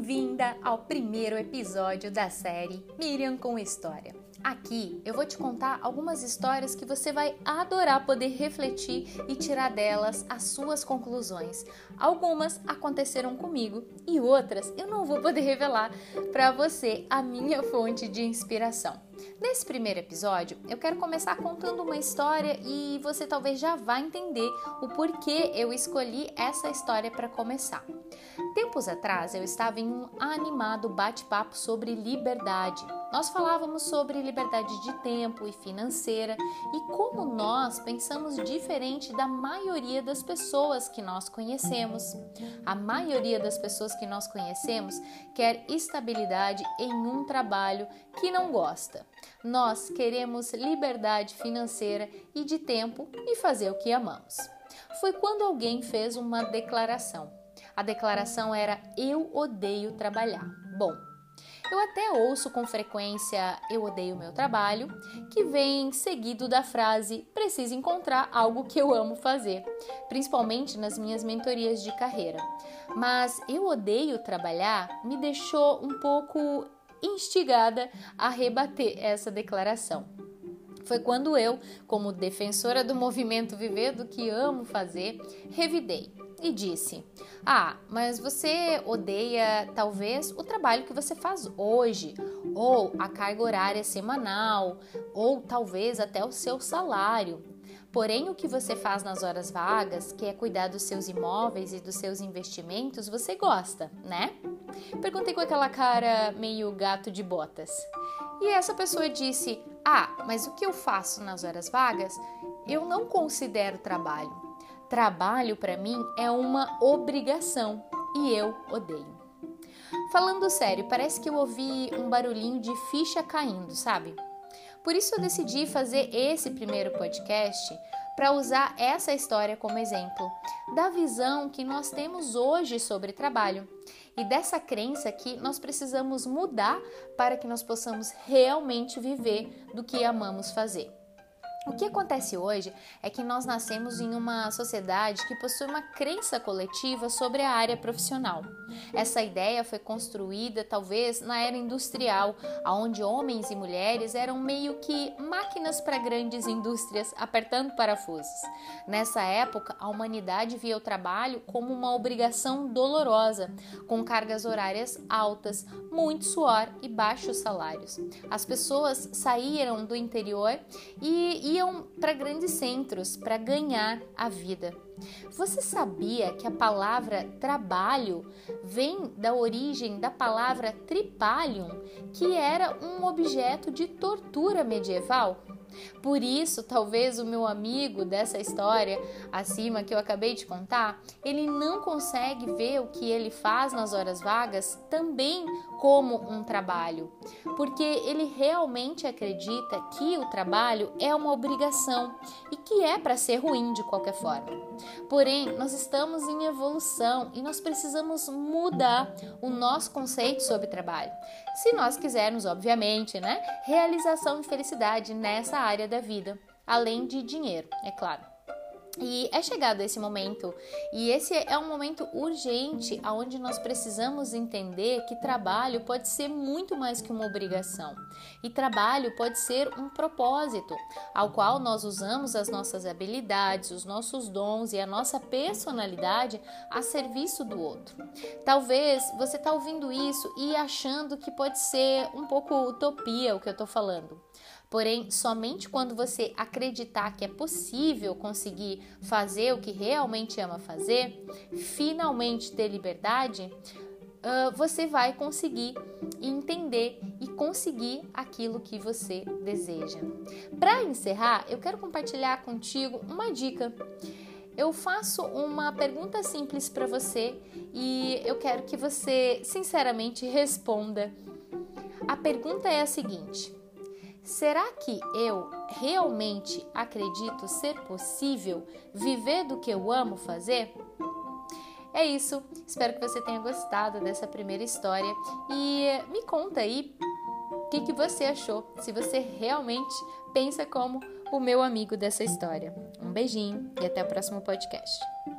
bem-vinda ao primeiro episódio da série Miriam com História. Aqui eu vou te contar algumas histórias que você vai adorar poder refletir e tirar delas as suas conclusões. Algumas aconteceram comigo e outras eu não vou poder revelar para você a minha fonte de inspiração. Nesse primeiro episódio, eu quero começar contando uma história e você talvez já vá entender o porquê eu escolhi essa história para começar. Tempos atrás, eu estava em um animado bate-papo sobre liberdade. Nós falávamos sobre liberdade de tempo e financeira e como nós pensamos diferente da maioria das pessoas que nós conhecemos. A maioria das pessoas que nós conhecemos quer estabilidade em um trabalho que não gosta. Nós queremos liberdade financeira e de tempo e fazer o que amamos. Foi quando alguém fez uma declaração. A declaração era: eu odeio trabalhar. Bom, eu até ouço com frequência "eu odeio meu trabalho", que vem seguido da frase "preciso encontrar algo que eu amo fazer", principalmente nas minhas mentorias de carreira. Mas "eu odeio trabalhar" me deixou um pouco instigada a rebater essa declaração. Foi quando eu, como defensora do movimento Viver do que Amo Fazer, revidei e disse: mas você odeia talvez o trabalho que você faz hoje, ou a carga horária semanal, ou talvez até o seu salário. Porém, o que você faz nas horas vagas, que é cuidar dos seus imóveis e dos seus investimentos, você gosta, né? Perguntei com aquela cara meio gato de botas. E essa pessoa disse: mas o que eu faço nas horas vagas, eu não considero trabalho. Trabalho para mim é uma obrigação e eu odeio. Falando sério, parece que eu ouvi um barulhinho de ficha caindo, sabe? Por isso eu decidi fazer esse primeiro podcast para usar essa história como exemplo da visão que nós temos hoje sobre trabalho e dessa crença que nós precisamos mudar para que nós possamos realmente viver do que amamos fazer. O que acontece hoje é que nós nascemos em uma sociedade que possui uma crença coletiva sobre a área profissional. Essa ideia foi construída talvez na era industrial, onde homens e mulheres eram meio que máquinas para grandes indústrias apertando parafusos. Nessa época, a humanidade via o trabalho como uma obrigação dolorosa, com cargas horárias altas, muito suor e baixos salários. As pessoas saíram do interior e iam para grandes centros para ganhar a vida. Você sabia que a palavra trabalho vem da origem da palavra tripalium, que era um objeto de tortura medieval? Por isso, talvez o meu amigo dessa história acima que eu acabei de contar, ele não consegue ver o que ele faz nas horas vagas também como um trabalho, porque ele realmente acredita que o trabalho é uma obrigação e que é para ser ruim de qualquer forma. Porém, nós estamos em evolução e nós precisamos mudar o nosso conceito sobre trabalho. Se nós quisermos, obviamente, realização e felicidade nessa área da vida, além de dinheiro, é claro. E é chegado esse momento, e esse é um momento urgente, onde nós precisamos entender que trabalho pode ser muito mais que uma obrigação. E trabalho pode ser um propósito, ao qual nós usamos as nossas habilidades, os nossos dons e a nossa personalidade a serviço do outro. Talvez você está ouvindo isso e achando que pode ser um pouco utopia o que eu estou falando. Porém, somente quando você acreditar que é possível conseguir fazer o que realmente ama fazer, finalmente ter liberdade, você vai conseguir entender e conseguir aquilo que você deseja. Para encerrar, eu quero compartilhar contigo uma dica. Eu faço uma pergunta simples para você e eu quero que você sinceramente responda. A pergunta é a seguinte: será que eu realmente acredito ser possível viver do que eu amo fazer? É isso, espero que você tenha gostado dessa primeira história e me conta aí o que você achou, se você realmente pensa como o meu amigo dessa história. Um beijinho e até o próximo podcast.